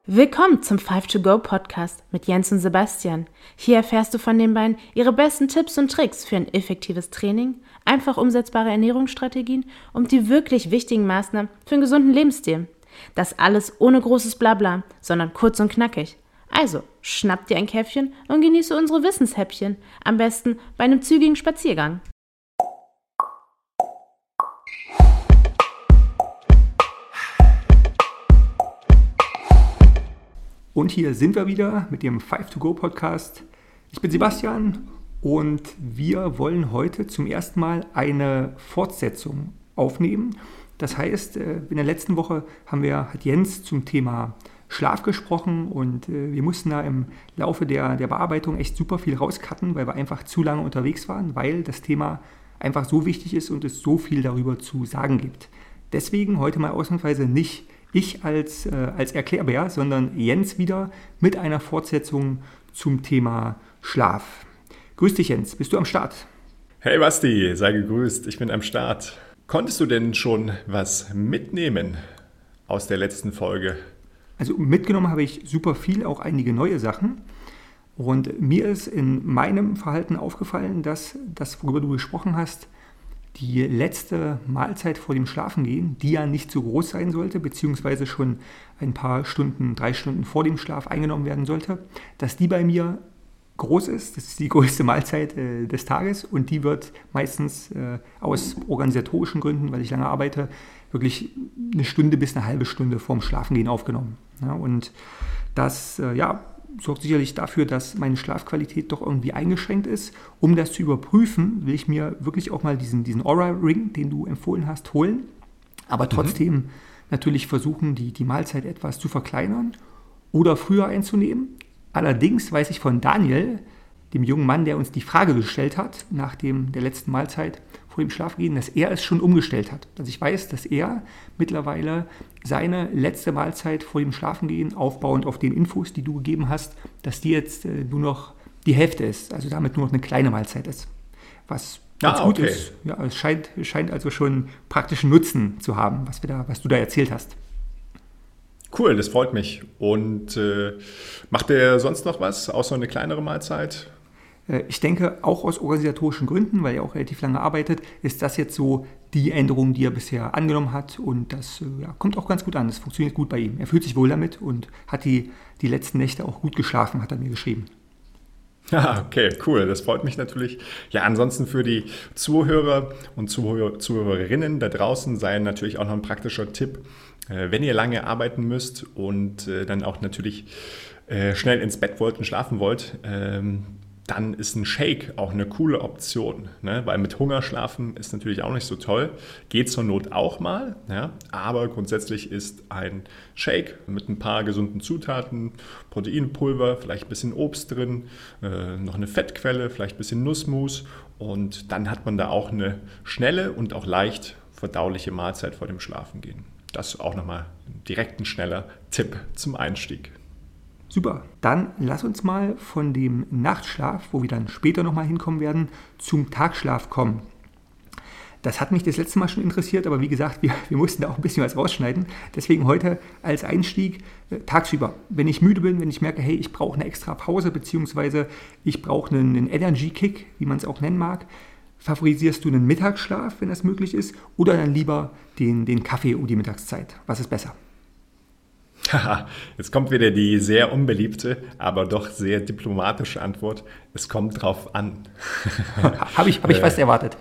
Willkommen zum 5to Go Podcast mit Jens und Sebastian. Hier erfährst du von den beiden ihre besten Tipps und Tricks für ein effektives Training, einfach umsetzbare Ernährungsstrategien und die wirklich wichtigen Maßnahmen für einen gesunden Lebensstil. Das alles ohne großes Blabla, sondern kurz und knackig. Also, schnapp dir ein Käffchen und genieße unsere Wissenshäppchen, am besten bei einem zügigen Spaziergang. Und hier sind wir wieder mit dem 5to Go Podcast. Ich bin Sebastian und wir wollen heute zum ersten Mal eine Fortsetzung aufnehmen. Das heißt, in der letzten Woche hat Jens zum Thema Schlaf gesprochen und wir mussten da im Laufe der Bearbeitung echt super viel rauscutten, weil wir einfach zu lange unterwegs waren, weil das Thema einfach so wichtig ist und es so viel darüber zu sagen gibt. Deswegen heute mal ausnahmsweise nicht ich als Erklärbär, sondern Jens wieder mit einer Fortsetzung zum Thema Schlaf. Grüß dich, Jens. Bist du am Start? Hey Basti, sei gegrüßt. Ich bin am Start. Konntest du denn schon was mitnehmen aus der letzten Folge? Also mitgenommen habe ich super viel, auch einige neue Sachen. Und mir ist in meinem Verhalten aufgefallen, dass das, worüber du gesprochen hast, die letzte Mahlzeit vor dem Schlafengehen, die ja nicht so groß sein sollte, beziehungsweise schon ein paar Stunden, 3 Stunden vor dem Schlaf eingenommen werden sollte, dass die bei mir groß ist. Das ist die größte Mahlzeit des Tages und die wird meistens aus organisatorischen Gründen, weil ich lange arbeite, wirklich eine Stunde bis eine halbe Stunde vorm Schlafengehen aufgenommen. Ja, und das sorgt sicherlich dafür, dass meine Schlafqualität doch irgendwie eingeschränkt ist. Um das zu überprüfen, will ich mir wirklich auch mal diesen Oura-Ring, den du empfohlen hast, holen. Aber trotzdem natürlich versuchen, die Mahlzeit etwas zu verkleinern oder früher einzunehmen. Allerdings weiß ich von Daniel, dem jungen Mann, der uns die Frage gestellt hat, nach der letzten Mahlzeit vor dem Schlafengehen, dass er es schon umgestellt hat. Also ich weiß, dass er mittlerweile seine letzte Mahlzeit vor dem Schlafengehen, aufbauend auf den Infos, die du gegeben hast, dass die jetzt nur noch die Hälfte ist, also damit nur noch eine kleine Mahlzeit ist. Was ganz gut ist. Ja, es scheint also schon praktischen Nutzen zu haben, was du da erzählt hast. Cool, das freut mich. Und macht der sonst noch was, außer eine kleinere Mahlzeit? Ich denke, auch aus organisatorischen Gründen, weil er auch relativ lange arbeitet, ist das jetzt so die Änderung, die er bisher angenommen hat. Und das kommt auch ganz gut an. Das funktioniert gut bei ihm. Er fühlt sich wohl damit und hat die letzten Nächte auch gut geschlafen, hat er mir geschrieben. Ja, okay, cool. Das freut mich natürlich. Ja, ansonsten für die Zuhörer und Zuhörerinnen da draußen sei natürlich auch noch ein praktischer Tipp. Wenn ihr lange arbeiten müsst und dann auch natürlich schnell ins Bett wollt und schlafen wollt, dann ist ein Shake auch eine coole Option, ne? Weil mit Hunger schlafen ist natürlich auch nicht so toll. Geht zur Not auch mal, ja? Aber grundsätzlich ist ein Shake mit ein paar gesunden Zutaten, Proteinpulver, vielleicht ein bisschen Obst drin, noch eine Fettquelle, vielleicht ein bisschen Nussmus und dann hat man da auch eine schnelle und auch leicht verdauliche Mahlzeit vor dem Schlafengehen. Das ist auch nochmal direkt ein schneller Tipp zum Einstieg. Super, dann lass uns mal von dem Nachtschlaf, wo wir dann später nochmal hinkommen werden, zum Tagschlaf kommen. Das hat mich das letzte Mal schon interessiert, aber wie gesagt, wir mussten da auch ein bisschen was rausschneiden. Deswegen heute als Einstieg tagsüber. Wenn ich müde bin, wenn ich merke, hey, ich brauche eine extra Pause, beziehungsweise ich brauche einen Energy-Kick, wie man es auch nennen mag, favorisierst du einen Mittagsschlaf, wenn das möglich ist, oder dann lieber den Kaffee um die Mittagszeit? Was ist besser? Jetzt kommt wieder die sehr unbeliebte, aber doch sehr diplomatische Antwort. Es kommt drauf an. Habe ich fast erwartet.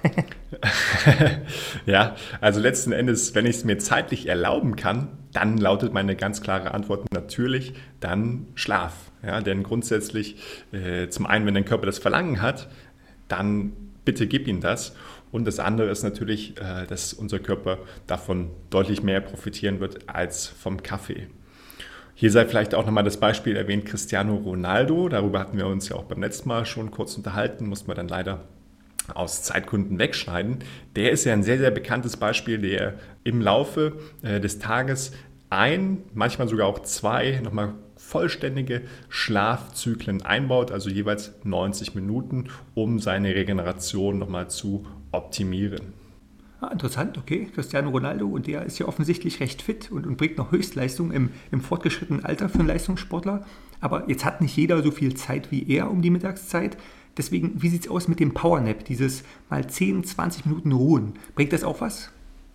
Ja, also letzten Endes, wenn ich es mir zeitlich erlauben kann, dann lautet meine ganz klare Antwort natürlich, dann Schlaf. Ja, denn grundsätzlich, zum einen, wenn dein Körper das Verlangen hat, dann bitte gib ihm das. Und das andere ist natürlich, dass unser Körper davon deutlich mehr profitieren wird als vom Kaffee. Hier sei vielleicht auch nochmal das Beispiel erwähnt, Cristiano Ronaldo. Darüber hatten wir uns ja auch beim letzten Mal schon kurz unterhalten, mussten wir dann leider aus Zeitgründen wegschneiden. Der ist ja ein sehr, sehr bekanntes Beispiel, der im Laufe des Tages manchmal sogar auch 2 nochmal vollständige Schlafzyklen einbaut, also jeweils 90 Minuten, um seine Regeneration nochmal zu optimieren. Interessant, okay. Cristiano Ronaldo, und der ist ja offensichtlich recht fit und bringt noch Höchstleistung im fortgeschrittenen Alter für einen Leistungssportler. Aber jetzt hat nicht jeder so viel Zeit wie er um die Mittagszeit. Deswegen, wie sieht es aus mit dem Powernap, dieses mal 10, 20 Minuten Ruhen? Bringt das auch was?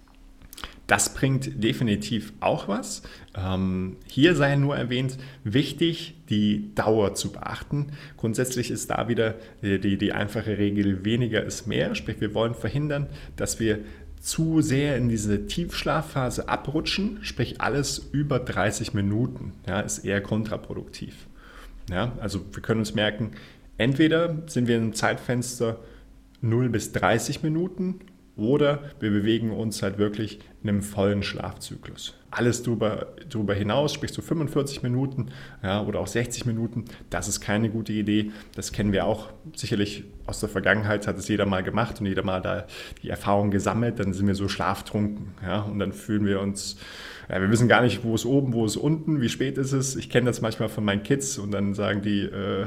Das bringt definitiv auch was. Hier sei nur erwähnt, wichtig, die Dauer zu beachten. Grundsätzlich ist da wieder die einfache Regel, weniger ist mehr. Sprich, wir wollen verhindern, dass wir zu sehr in diese Tiefschlafphase abrutschen. Sprich, alles über 30 Minuten ist eher kontraproduktiv. Ja, also wir können uns merken, entweder sind wir in einem Zeitfenster 0 bis 30 Minuten oder wir bewegen uns halt wirklich in einem vollen Schlafzyklus. Alles darüber hinaus, sprich so 45 Minuten oder auch 60 Minuten, das ist keine gute Idee. Das kennen wir auch sicherlich aus der Vergangenheit, hat es jeder mal gemacht und jeder mal da die Erfahrung gesammelt, dann sind wir so schlaftrunken und dann fühlen wir uns, wir wissen gar nicht, wo ist oben, wo ist unten, wie spät ist es. Ich kenne das manchmal von meinen Kids und dann sagen die,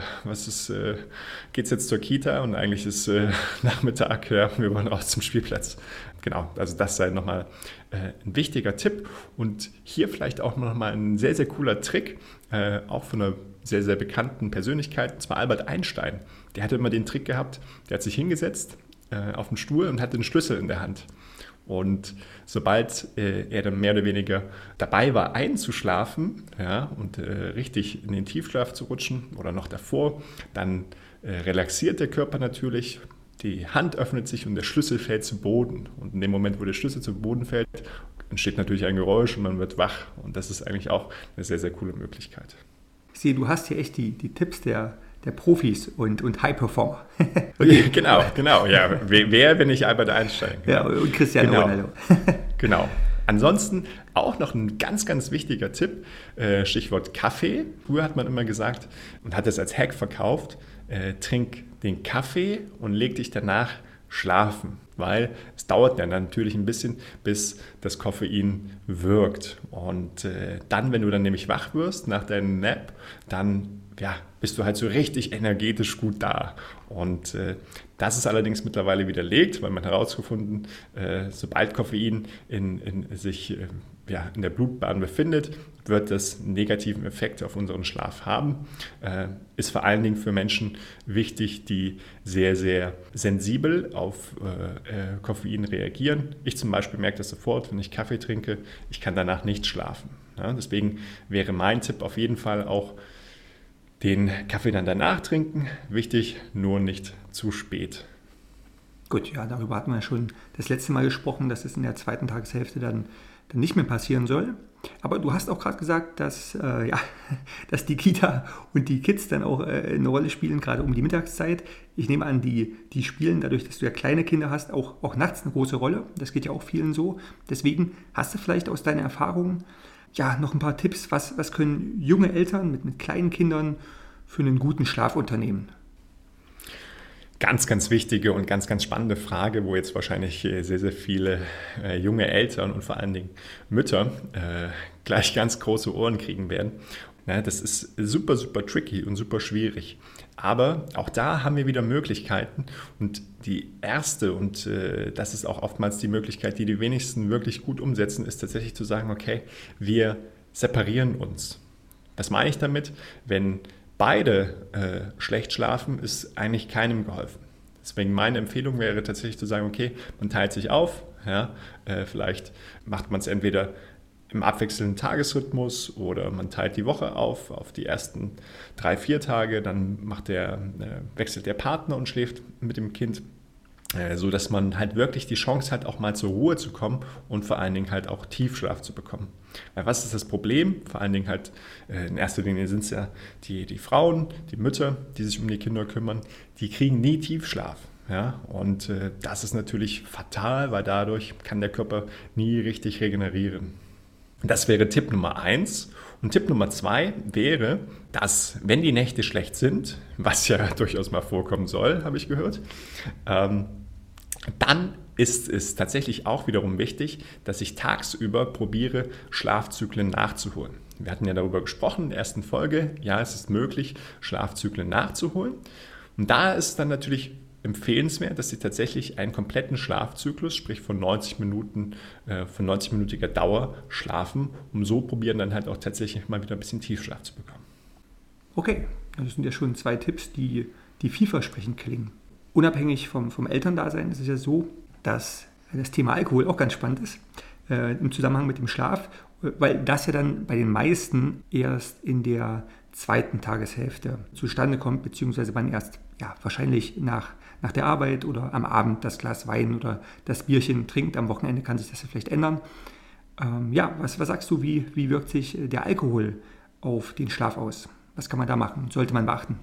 geht's jetzt zur Kita? Und eigentlich ist Nachmittag, wir wollen raus zum Spielplatz. Genau, also das sei nochmal ein wichtiger Tipp und hier vielleicht auch nochmal ein sehr, sehr cooler Trick, auch von einer sehr, sehr bekannten Persönlichkeit, und zwar Albert Einstein. Der hatte immer den Trick gehabt, der hat sich hingesetzt auf den Stuhl und hatte den Schlüssel in der Hand. Und sobald er dann mehr oder weniger dabei war, einzuschlafen und richtig in den Tiefschlaf zu rutschen oder noch davor, dann relaxiert der Körper natürlich, die Hand öffnet sich und der Schlüssel fällt zu Boden. Und in dem Moment, wo der Schlüssel zu Boden fällt, entsteht natürlich ein Geräusch und man wird wach. Und das ist eigentlich auch eine sehr, sehr coole Möglichkeit. Ich sehe, du hast hier echt die Tipps der Profis und High-Performer. Okay. Genau. Ja. Wer, wenn nicht Albert Einstein? Genau. Ja, und Cristiano Ronaldo. Genau. Ansonsten auch noch ein ganz, ganz wichtiger Tipp, Stichwort Kaffee. Früher hat man immer gesagt und hat es als Hack verkauft, trink den Kaffee und leg dich danach schlafen, weil es dauert dann natürlich ein bisschen, bis das Koffein wirkt. Und dann, wenn du dann nämlich wach wirst nach deinem Nap, dann bist du halt so richtig energetisch gut da. Und das ist allerdings mittlerweile widerlegt, weil man herausgefunden, sobald Koffein sich in der Blutbahn befindet, wird das einen negativen Effekt auf unseren Schlaf haben. Ist vor allen Dingen für Menschen wichtig, die sehr, sehr sensibel auf Koffein reagieren. Ich zum Beispiel merke das sofort, wenn ich Kaffee trinke, ich kann danach nicht schlafen. Ja, deswegen wäre mein Tipp auf jeden Fall auch, den Kaffee dann danach trinken. Wichtig, nur nicht zu spät. Gut, ja, darüber hatten wir schon das letzte Mal gesprochen, dass es in der zweiten Tageshälfte dann nicht mehr passieren soll. Aber du hast auch gerade gesagt, dass die Kita und die Kids dann auch eine Rolle spielen, gerade um die Mittagszeit. Ich nehme an, die spielen, dadurch, dass du ja kleine Kinder hast, auch nachts eine große Rolle. Das geht ja auch vielen so. Deswegen hast du vielleicht aus deiner Erfahrung noch ein paar Tipps, was können junge Eltern mit kleinen Kindern für einen guten Schlaf unternehmen? Ganz, ganz wichtige und ganz, ganz spannende Frage, wo jetzt wahrscheinlich sehr, sehr viele junge Eltern und vor allen Dingen Mütter gleich ganz große Ohren kriegen werden. Ja, das ist super, super tricky und super schwierig. Aber auch da haben wir wieder Möglichkeiten. Und die erste, und das ist auch oftmals die Möglichkeit, die wenigsten wirklich gut umsetzen, ist tatsächlich zu sagen, okay, wir separieren uns. Was meine ich damit? Wenn beide schlecht schlafen, ist eigentlich keinem geholfen. Deswegen meine Empfehlung wäre tatsächlich zu sagen, okay, man teilt sich auf. Vielleicht macht man es entweder im abwechselnden Tagesrhythmus oder man teilt die Woche auf die ersten 3-4 Tage, dann wechselt der Partner und schläft mit dem Kind, so dass man halt wirklich die Chance hat, auch mal zur Ruhe zu kommen und vor allen Dingen halt auch Tiefschlaf zu bekommen. Weil was ist das Problem? Vor allen Dingen halt in erster Linie sind es ja die Frauen, die Mütter, die sich um die Kinder kümmern, die kriegen nie Tiefschlaf. Ja? Und das ist natürlich fatal, weil dadurch kann der Körper nie richtig regenerieren. Das wäre Tipp Nummer 1. Und Tipp Nummer 2 wäre, dass wenn die Nächte schlecht sind, was ja durchaus mal vorkommen soll, habe ich gehört, dann ist es tatsächlich auch wiederum wichtig, dass ich tagsüber probiere, Schlafzyklen nachzuholen. Wir hatten ja darüber gesprochen in der ersten Folge, ja, es ist möglich, Schlafzyklen nachzuholen. Und da ist es dann natürlich empfehlenswert, dass Sie tatsächlich einen kompletten Schlafzyklus, sprich von 90 Minuten, von 90-minütiger Dauer schlafen, um so probieren, dann halt auch tatsächlich mal wieder ein bisschen Tiefschlaf zu bekommen. Okay, das sind ja schon 2 Tipps, die vielversprechend klingen. Unabhängig vom Elterndasein ist es ja so, dass das Thema Alkohol auch ganz spannend ist im Zusammenhang mit dem Schlaf, weil das ja dann bei den meisten erst in der 2. Tageshälfte zustande kommt, beziehungsweise man erst wahrscheinlich nach der Arbeit oder am Abend das Glas Wein oder das Bierchen trinkt. Am Wochenende kann sich das ja vielleicht ändern. Was sagst du, wie wirkt sich der Alkohol auf den Schlaf aus? Was kann man da machen? Sollte man beachten?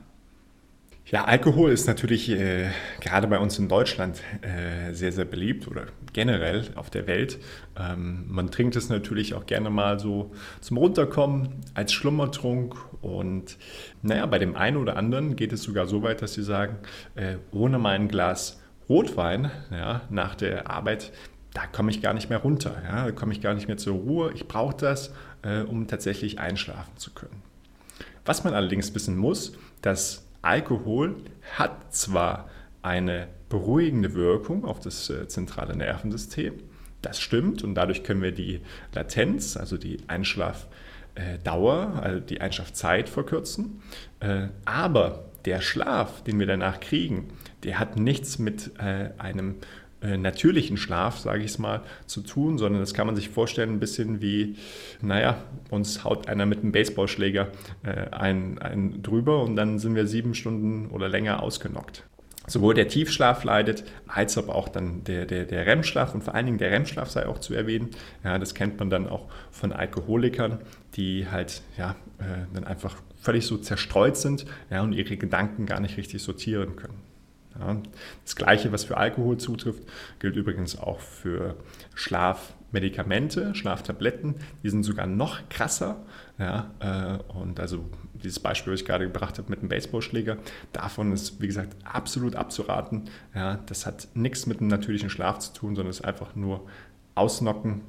Ja, Alkohol ist natürlich gerade bei uns in Deutschland sehr, sehr beliebt oder generell auf der Welt. Man trinkt es natürlich auch gerne mal so zum Runterkommen als Schlummertrunk und bei dem einen oder anderen geht es sogar so weit, dass sie sagen, ohne mein Glas Rotwein nach der Arbeit, da komme ich gar nicht mehr runter, da komme ich gar nicht mehr zur Ruhe. Ich brauche das, um tatsächlich einschlafen zu können. Was man allerdings wissen muss, dass Alkohol hat zwar eine beruhigende Wirkung auf das zentrale Nervensystem, das stimmt und dadurch können wir die Latenz, also die Einschlafdauer, also die Einschlafzeit verkürzen, aber der Schlaf, den wir danach kriegen, der hat nichts mit einem natürlichen Schlaf, sage ich es mal, zu tun, sondern das kann man sich vorstellen ein bisschen wie, uns haut einer mit einem Baseballschläger ein drüber und dann sind wir 7 Stunden oder länger ausgenockt. Sowohl der Tiefschlaf leidet, als aber auch dann der REM-Schlaf und vor allen Dingen der REM-Schlaf sei auch zu erwähnen. Ja, das kennt man dann auch von Alkoholikern, die halt dann einfach völlig so zerstreut sind und ihre Gedanken gar nicht richtig sortieren können. Ja, das Gleiche, was für Alkohol zutrifft, gilt übrigens auch für Schlafmedikamente, Schlaftabletten. Die sind sogar noch krasser. Und also dieses Beispiel, was ich gerade gebracht habe mit dem Baseballschläger, davon ist, wie gesagt, absolut abzuraten. Ja, das hat nichts mit dem natürlichen Schlaf zu tun, sondern ist einfach nur Ausnocken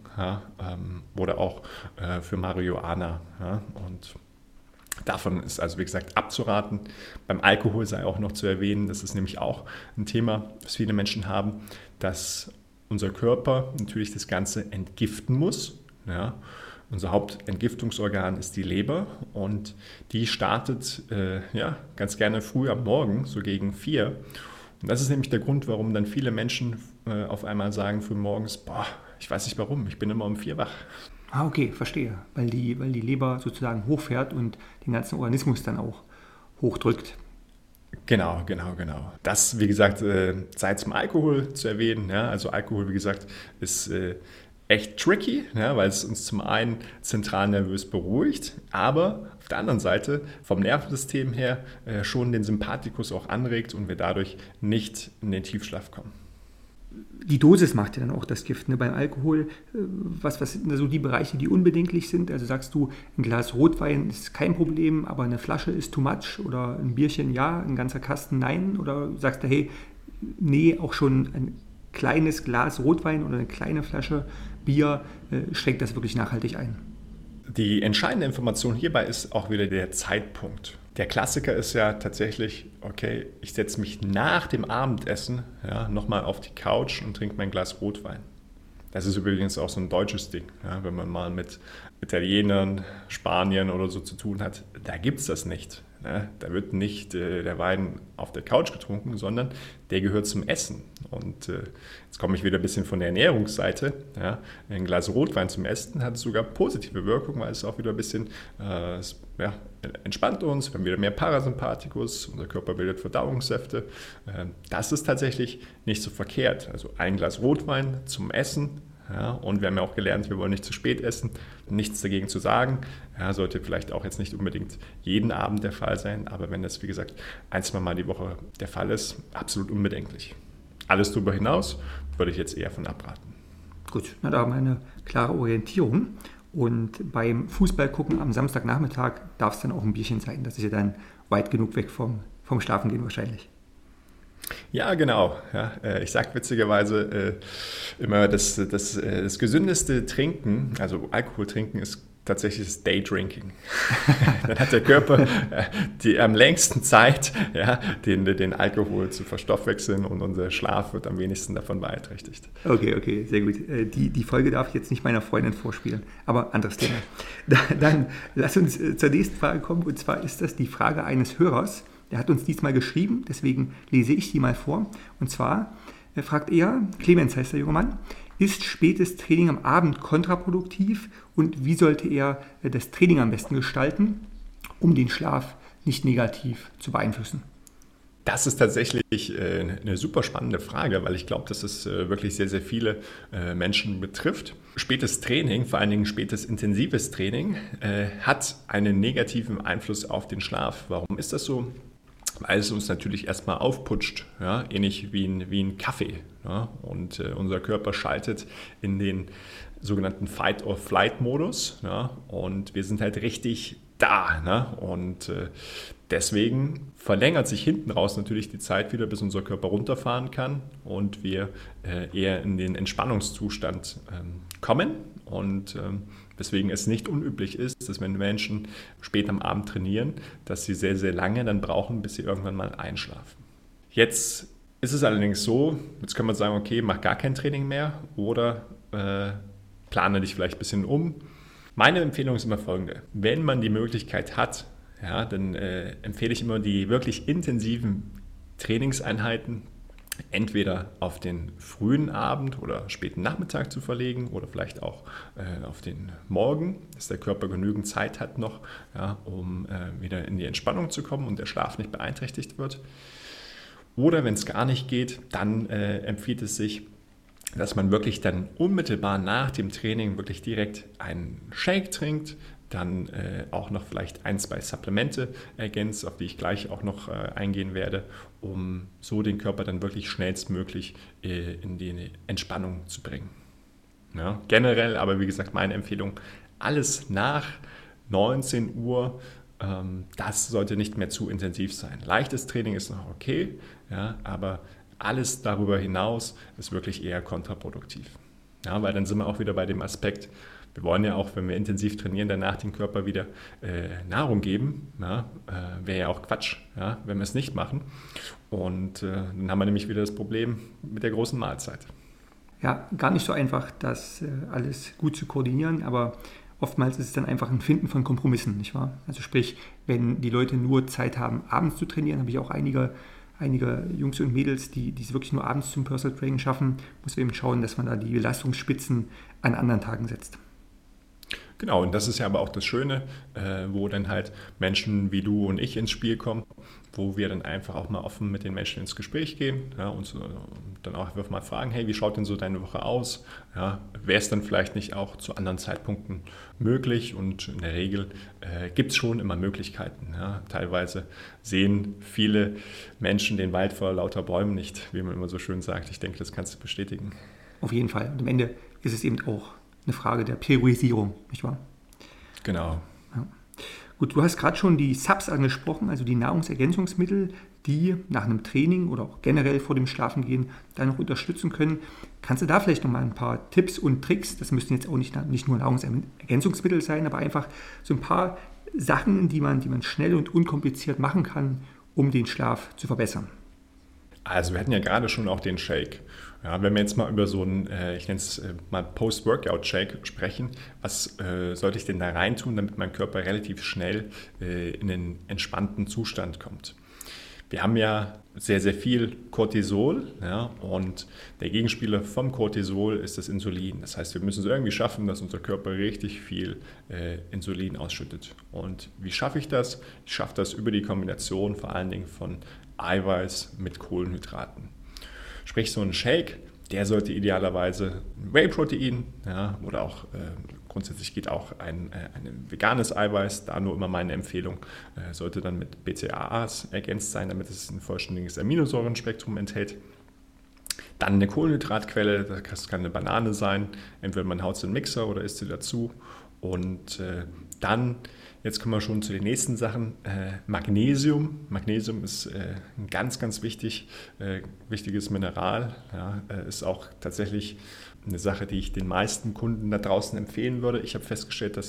oder auch für Marihuana. Und davon ist also, wie gesagt, abzuraten. Beim Alkohol sei auch noch zu erwähnen, das ist nämlich auch ein Thema, das viele Menschen haben, dass unser Körper natürlich das Ganze entgiften muss. Ja. Unser Hauptentgiftungsorgan ist die Leber und die startet ganz gerne früh am Morgen, so gegen 4. Und das ist nämlich der Grund, warum dann viele Menschen auf einmal sagen früh morgens, ich weiß nicht warum, ich bin immer um 4 wach. Okay, verstehe. Weil die Leber sozusagen hochfährt und den ganzen Organismus dann auch hochdrückt. Genau. Das, wie gesagt, sei zum Alkohol zu erwähnen. Ja, also Alkohol, wie gesagt, ist echt tricky, weil es uns zum einen zentral nervös beruhigt, aber auf der anderen Seite vom Nervensystem her schon den Sympathikus auch anregt und wir dadurch nicht in den Tiefschlaf kommen. Die Dosis macht ja dann auch das Gift. Beim Alkohol, was sind da so die Bereiche, die unbedenklich sind? Also sagst du, ein Glas Rotwein ist kein Problem, aber eine Flasche ist too much oder ein Bierchen ja, ein ganzer Kasten nein? Oder sagst du, hey, nee, auch schon ein kleines Glas Rotwein oder eine kleine Flasche Bier schränkt das wirklich nachhaltig ein? Die entscheidende Information hierbei ist auch wieder der Zeitpunkt. Der Klassiker ist ja tatsächlich, okay, ich setze mich nach dem Abendessen nochmal auf die Couch und trinke mein Glas Rotwein. Das ist übrigens auch so ein deutsches Ding. Ja, wenn man mal mit Italienern, Spaniern oder so zu tun hat, da gibt es das nicht. Ja, da wird nicht der Wein auf der Couch getrunken, sondern der gehört zum Essen. Und jetzt komme ich wieder ein bisschen von der Ernährungsseite. Ja, ein Glas Rotwein zum Essen hat sogar positive Wirkung, weil es auch wieder ein bisschen entspannt uns, wir haben wieder mehr Parasympathikus, unser Körper bildet Verdauungssäfte. Das ist tatsächlich nicht so verkehrt. Also ein Glas Rotwein zum Essen. Ja, und wir haben ja auch gelernt, wir wollen nicht zu spät essen, nichts dagegen zu sagen. Ja, sollte vielleicht auch jetzt nicht unbedingt jeden Abend der Fall sein, aber wenn das, wie gesagt, 1-2 Mal die Woche der Fall ist, absolut unbedenklich. Alles darüber hinaus würde ich jetzt eher von abraten. Gut, da haben wir eine klare Orientierung. Und beim Fußballgucken am Samstagnachmittag darf es dann auch ein Bierchen sein. Das ist ja dann weit genug weg vom Schlafengehen wahrscheinlich. Ja, genau. Ja, ich sage witzigerweise immer, das gesündeste Trinken, also Alkohol trinken, ist tatsächlich das Daydrinking. Dann hat der Körper die am längsten Zeit, ja, den Alkohol zu verstoffwechseln und unser Schlaf wird am wenigsten davon beeinträchtigt. Okay, sehr gut. Die Folge darf ich jetzt nicht meiner Freundin vorspielen, aber anderes Thema. Dann lass uns zur nächsten Frage kommen, und zwar ist das die Frage eines Hörers. Der hat uns diesmal geschrieben, deswegen lese ich die mal vor. Und zwar fragt er, Clemens heißt der junge Mann, ist spätes Training am Abend kontraproduktiv und wie sollte er das Training am besten gestalten, um den Schlaf nicht negativ zu beeinflussen? Das ist tatsächlich eine super spannende Frage, weil ich glaube, dass es wirklich sehr, sehr viele Menschen betrifft. Spätes Training, vor allen Dingen spätes intensives Training, hat einen negativen Einfluss auf den Schlaf. Warum ist das so? Weil es uns natürlich erstmal aufputscht, ja, ähnlich wie ein Kaffee. Ja, und unser Körper schaltet in den sogenannten Fight-or-Flight-Modus, ja, und wir sind halt richtig da. Ne? Und deswegen verlängert sich hinten raus natürlich die Zeit wieder, bis unser Körper runterfahren kann und wir eher in den Entspannungszustand kommen. Und weswegen es nicht unüblich ist, dass wenn Menschen spät am Abend trainieren, dass sie sehr, sehr lange dann brauchen, bis sie irgendwann mal einschlafen. Jetzt ist es allerdings so, jetzt kann man sagen, okay, mach gar kein Training mehr oder plane dich vielleicht ein bisschen um. Meine Empfehlung ist immer folgende: Wenn man die Möglichkeit hat, ja, dann empfehle ich immer die wirklich intensiven Trainingseinheiten entweder auf den frühen Abend oder späten Nachmittag zu verlegen oder vielleicht auch auf den Morgen, dass der Körper genügend Zeit hat noch, ja, um wieder in die Entspannung zu kommen und der Schlaf nicht beeinträchtigt wird. Oder wenn es gar nicht geht, dann empfiehlt es sich, dass man wirklich dann unmittelbar nach dem Training wirklich direkt einen Shake trinkt, dann auch noch vielleicht 1, 2 Supplemente ergänzt, auf die ich gleich auch noch eingehen werde, um so den Körper dann wirklich schnellstmöglich in die Entspannung zu bringen. Ja, generell, aber wie gesagt, meine Empfehlung, alles nach 19 Uhr, das sollte nicht mehr zu intensiv sein. Leichtes Training ist noch okay, ja, aber alles darüber hinaus ist wirklich eher kontraproduktiv. Ja, weil dann sind wir auch wieder bei dem Aspekt, wir wollen ja auch, wenn wir intensiv trainieren, danach dem Körper wieder Nahrung geben. Ja, wäre ja auch Quatsch, ja, wenn wir es nicht machen. Und dann haben wir nämlich wieder das Problem mit der großen Mahlzeit. Ja, gar nicht so einfach, das alles gut zu koordinieren, aber oftmals ist es dann einfach ein Finden von Kompromissen, nicht wahr? Also sprich, wenn die Leute nur Zeit haben, abends zu trainieren, habe ich auch einige Jungs und Mädels, die es wirklich nur abends zum Personal Training schaffen, muss man eben schauen, dass man da die Belastungsspitzen an anderen Tagen setzt. Genau, und das ist ja aber auch das Schöne, wo dann halt Menschen wie du und ich ins Spiel kommen, wo wir dann einfach auch mal offen mit den Menschen ins Gespräch gehen, ja, und dann auch einfach mal fragen, hey, wie schaut denn so deine Woche aus? Ja, wäre es dann vielleicht nicht auch zu anderen Zeitpunkten möglich? Und in der Regel gibt es schon immer Möglichkeiten. Ja. Teilweise sehen viele Menschen den Wald vor lauter Bäumen nicht, wie man immer so schön sagt. Ich denke, das kannst du bestätigen. Auf jeden Fall. Und am Ende ist es eben auch eine Frage der Priorisierung, nicht wahr? Genau. Ja. Gut, du hast gerade schon die Subs angesprochen, also die Nahrungsergänzungsmittel, die nach einem Training oder auch generell vor dem Schlafengehen da noch unterstützen können. Kannst du da vielleicht nochmal ein paar Tipps und Tricks, das müssen jetzt auch nicht nur Nahrungsergänzungsmittel sein, aber einfach so ein paar Sachen, die man schnell und unkompliziert machen kann, um den Schlaf zu verbessern? Also wir hatten ja gerade schon auch den Shake. Ja, wenn wir jetzt mal über so einen, ich nenne es mal Post-Workout-Shake sprechen, was sollte ich denn da reintun, damit mein Körper relativ schnell in den entspannten Zustand kommt? Wir haben ja sehr, sehr viel Cortisol, ja, und der Gegenspieler vom Cortisol ist das Insulin. Das heißt, wir müssen es irgendwie schaffen, dass unser Körper richtig viel Insulin ausschüttet. Und wie schaffe ich das? Ich schaffe das über die Kombination vor allen Dingen von Eiweiß mit Kohlenhydraten. Sprich, so ein Shake, der sollte idealerweise Whey-Protein, ja, oder auch grundsätzlich geht auch ein veganes Eiweiß, da nur immer meine Empfehlung, sollte dann mit BCAAs ergänzt sein, damit es ein vollständiges Aminosäurenspektrum enthält. Dann eine Kohlenhydratquelle, das kann eine Banane sein, entweder man haut sie in den Mixer oder isst sie dazu. Und dann, jetzt kommen wir schon zu den nächsten Sachen, Magnesium. Magnesium ist ein ganz, ganz wichtiges Mineral. Ja, ist auch tatsächlich eine Sache, die ich den meisten Kunden da draußen empfehlen würde. Ich habe festgestellt, dass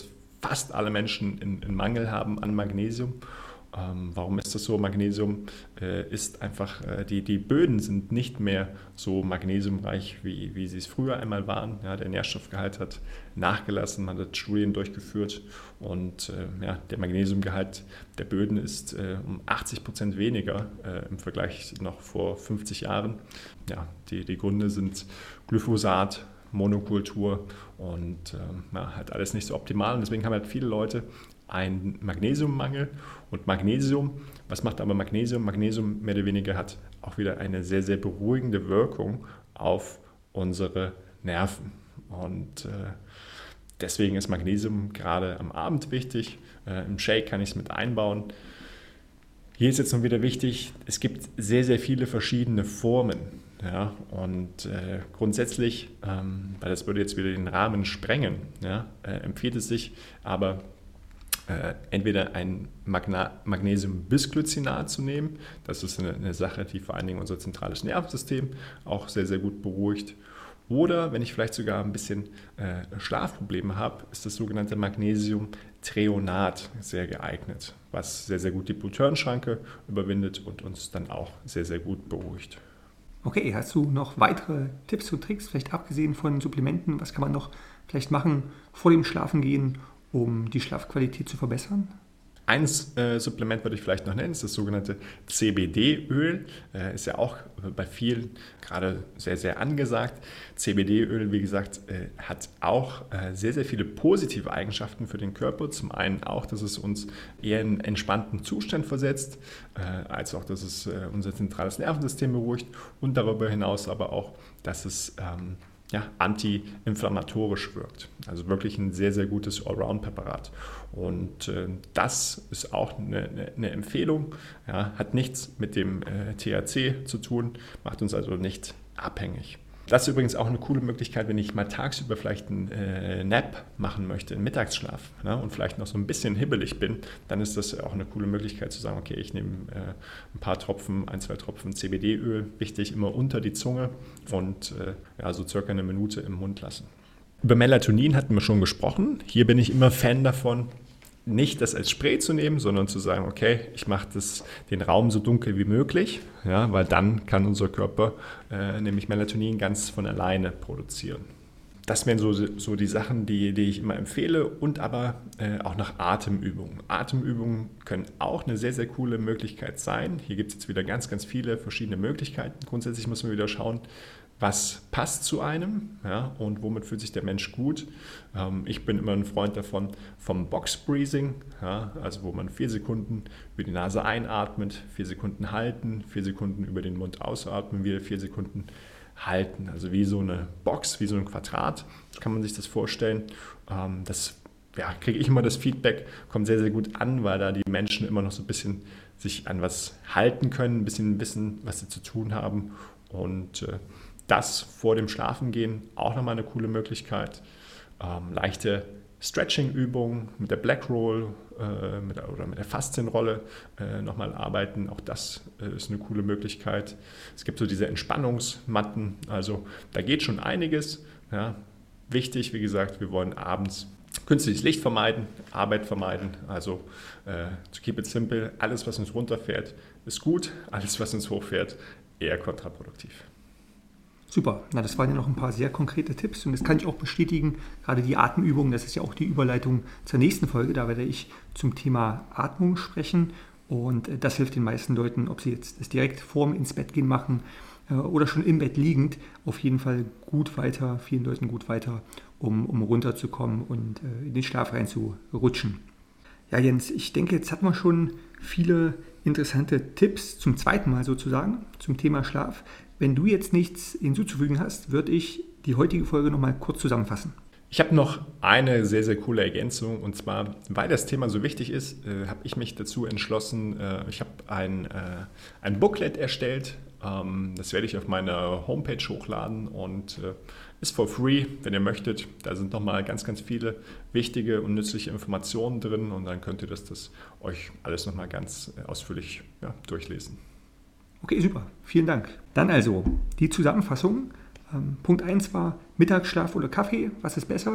fast alle Menschen einen Mangel haben an Magnesium. Warum ist das so? Magnesium ist einfach, die Böden sind nicht mehr so magnesiumreich, wie sie es früher einmal waren. Ja, der Nährstoffgehalt hat nachgelassen, man hat Studien durchgeführt und der Magnesiumgehalt der Böden ist um 80% weniger im Vergleich noch vor 50 Jahren. Ja, die Gründe sind Glyphosat, Monokultur und halt alles nicht so optimal. Und deswegen haben halt viele Leute einen Magnesiummangel. Und Magnesium, was macht aber Magnesium? Magnesium mehr oder weniger hat auch wieder eine sehr, sehr beruhigende Wirkung auf unsere Nerven. Und deswegen ist Magnesium gerade am Abend wichtig. Im Shake kann ich es mit einbauen. Hier ist jetzt noch wieder wichtig, es gibt sehr, sehr viele verschiedene Formen. Ja, und grundsätzlich, weil das würde jetzt wieder den Rahmen sprengen, empfiehlt es sich aber entweder ein Magnesium-Bisglycinat zu nehmen. Das ist eine Sache, die vor allen Dingen unser zentrales Nervensystem auch sehr, sehr gut beruhigt. Oder wenn ich vielleicht sogar ein bisschen Schlafprobleme habe, ist das sogenannte Magnesium-Threonat sehr geeignet, was sehr, sehr gut die Blut-Hirn-Schranke überwindet und uns dann auch sehr, sehr gut beruhigt. Okay, hast du noch weitere Tipps und Tricks, vielleicht abgesehen von Supplementen? Was kann man noch vielleicht machen vor dem Schlafengehen, um die Schlafqualität zu verbessern? Ein Supplement würde ich vielleicht noch nennen, ist das sogenannte CBD-Öl. Ist ja auch bei vielen gerade sehr, sehr angesagt. CBD-Öl, wie gesagt, hat auch sehr, sehr viele positive Eigenschaften für den Körper. Zum einen auch, dass es uns eher in einen entspannten Zustand versetzt, als auch, dass es unser zentrales Nervensystem beruhigt und darüber hinaus aber auch, dass es anti-inflammatorisch wirkt. Also wirklich ein sehr, sehr gutes Allround-Präparat. Und das ist auch eine Empfehlung, hat nichts mit dem THC zu tun, macht uns also nicht abhängig. Das ist übrigens auch eine coole Möglichkeit, wenn ich mal tagsüber vielleicht einen Nap machen möchte, einen Mittagsschlaf, und vielleicht noch so ein bisschen hibbelig bin, dann ist das auch eine coole Möglichkeit zu sagen, okay, ich nehme ein, zwei Tropfen CBD-Öl, wichtig, immer unter die Zunge und so circa eine Minute im Mund lassen. Über Melatonin hatten wir schon gesprochen. Hier bin ich immer Fan davon, nicht das als Spray zu nehmen, sondern zu sagen, okay, ich mache den Raum so dunkel wie möglich, weil dann kann unser Körper nämlich Melatonin ganz von alleine produzieren. Das wären so die Sachen, die ich immer empfehle und aber auch nach Atemübungen. Atemübungen können auch eine sehr, sehr coole Möglichkeit sein. Hier gibt es jetzt wieder ganz, ganz viele verschiedene Möglichkeiten. Grundsätzlich muss man wieder schauen, was passt zu einem und womit fühlt sich der Mensch gut. Ich bin immer ein Freund davon vom Box Breathing, also wo man 4 Sekunden über die Nase einatmet, 4 Sekunden halten, 4 Sekunden über den Mund ausatmen, wieder 4 Sekunden halten. Also wie so eine Box, wie so ein Quadrat, kann man sich das vorstellen. Das kriege ich immer das Feedback, kommt sehr, sehr gut an, weil da die Menschen immer noch so ein bisschen sich an was halten können, ein bisschen wissen, was sie zu tun haben und das vor dem Schlafengehen auch nochmal eine coole Möglichkeit. Leichte Stretching-Übungen mit der Black Roll oder mit der Faszienrolle nochmal arbeiten. Auch das ist eine coole Möglichkeit. Es gibt so diese Entspannungsmatten. Also da geht schon einiges. Ja. Wichtig, wie gesagt, wir wollen abends künstliches Licht vermeiden, Arbeit vermeiden. Also to keep it simple, alles, was uns runterfährt, ist gut. Alles, was uns hochfährt, eher kontraproduktiv. Super, das waren ja noch ein paar sehr konkrete Tipps und das kann ich auch bestätigen, gerade die Atemübungen, das ist ja auch die Überleitung zur nächsten Folge, da werde ich zum Thema Atmung sprechen und das hilft den meisten Leuten, ob sie jetzt das direkt vorm ins Bett gehen machen oder schon im Bett liegend, auf jeden Fall vielen Leuten gut weiter, um runterzukommen und in den Schlaf reinzurutschen. Ja Jens, ich denke, jetzt hatten wir schon viele interessante Tipps zum zweiten Mal sozusagen zum Thema Schlaf. Wenn du jetzt nichts hinzuzufügen hast, würde ich die heutige Folge nochmal kurz zusammenfassen. Ich habe noch eine sehr, sehr coole Ergänzung und zwar, weil das Thema so wichtig ist, habe ich mich dazu entschlossen, ich habe ein Booklet erstellt, das werde ich auf meiner Homepage hochladen und ist for free, wenn ihr möchtet. Da sind nochmal ganz, ganz viele wichtige und nützliche Informationen drin und dann könnt ihr das euch alles nochmal ganz ausführlich durchlesen. Okay, super. Vielen Dank. Dann also die Zusammenfassung. Punkt 1 war Mittagsschlaf oder Kaffee. Was ist besser?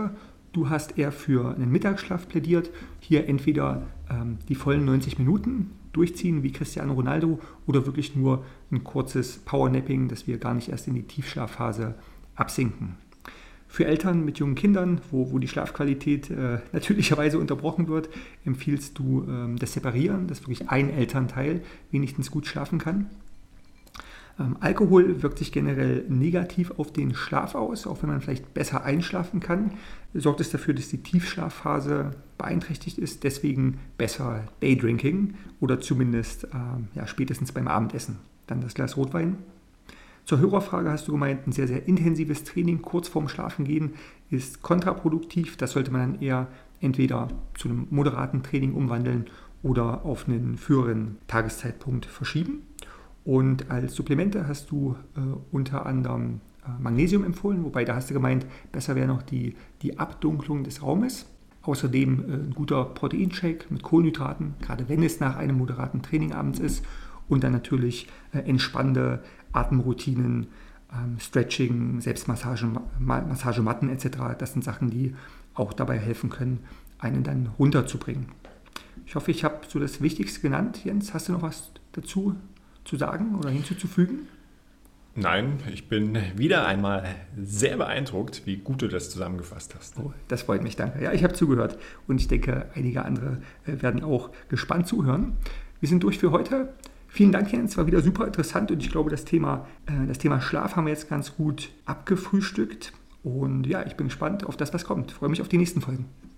Du hast eher für einen Mittagsschlaf plädiert. Hier entweder die vollen 90 Minuten durchziehen wie Cristiano Ronaldo oder wirklich nur ein kurzes Powernapping, dass wir gar nicht erst in die Tiefschlafphase absinken. Für Eltern mit jungen Kindern, wo die Schlafqualität natürlicherweise unterbrochen wird, empfiehlst du das Separieren, dass wirklich ein Elternteil wenigstens gut schlafen kann. Alkohol wirkt sich generell negativ auf den Schlaf aus, auch wenn man vielleicht besser einschlafen kann. Sorgt es dafür, dass die Tiefschlafphase beeinträchtigt ist, deswegen besser Daydrinking oder zumindest spätestens beim Abendessen. Dann das Glas Rotwein. Zur Hörerfrage hast du gemeint, ein sehr, sehr intensives Training kurz vorm Schlafengehen ist kontraproduktiv. Das sollte man dann eher entweder zu einem moderaten Training umwandeln oder auf einen früheren Tageszeitpunkt verschieben. Und als Supplemente hast du unter anderem Magnesium empfohlen, wobei da hast du gemeint, besser wäre noch die Abdunklung des Raumes. Außerdem ein guter Proteinshake mit Kohlenhydraten, gerade wenn es nach einem moderaten Training abends ist. Und dann natürlich entspannende Atemroutinen, Stretching, Selbstmassagen, Massagematten etc. Das sind Sachen, die auch dabei helfen können, einen dann runterzubringen. Ich hoffe, ich habe so das Wichtigste genannt. Jens, hast du noch was dazu zu sagen oder hinzuzufügen? Nein, ich bin wieder einmal sehr beeindruckt, wie gut du das zusammengefasst hast. Oh, das freut mich, danke. Ja, ich habe zugehört und ich denke, einige andere werden auch gespannt zuhören. Wir sind durch für heute. Vielen Dank, Jens, war wieder super interessant und ich glaube, das Thema Schlaf haben wir jetzt ganz gut abgefrühstückt. Und ja, ich bin gespannt auf das, was kommt. Ich freue mich auf die nächsten Folgen.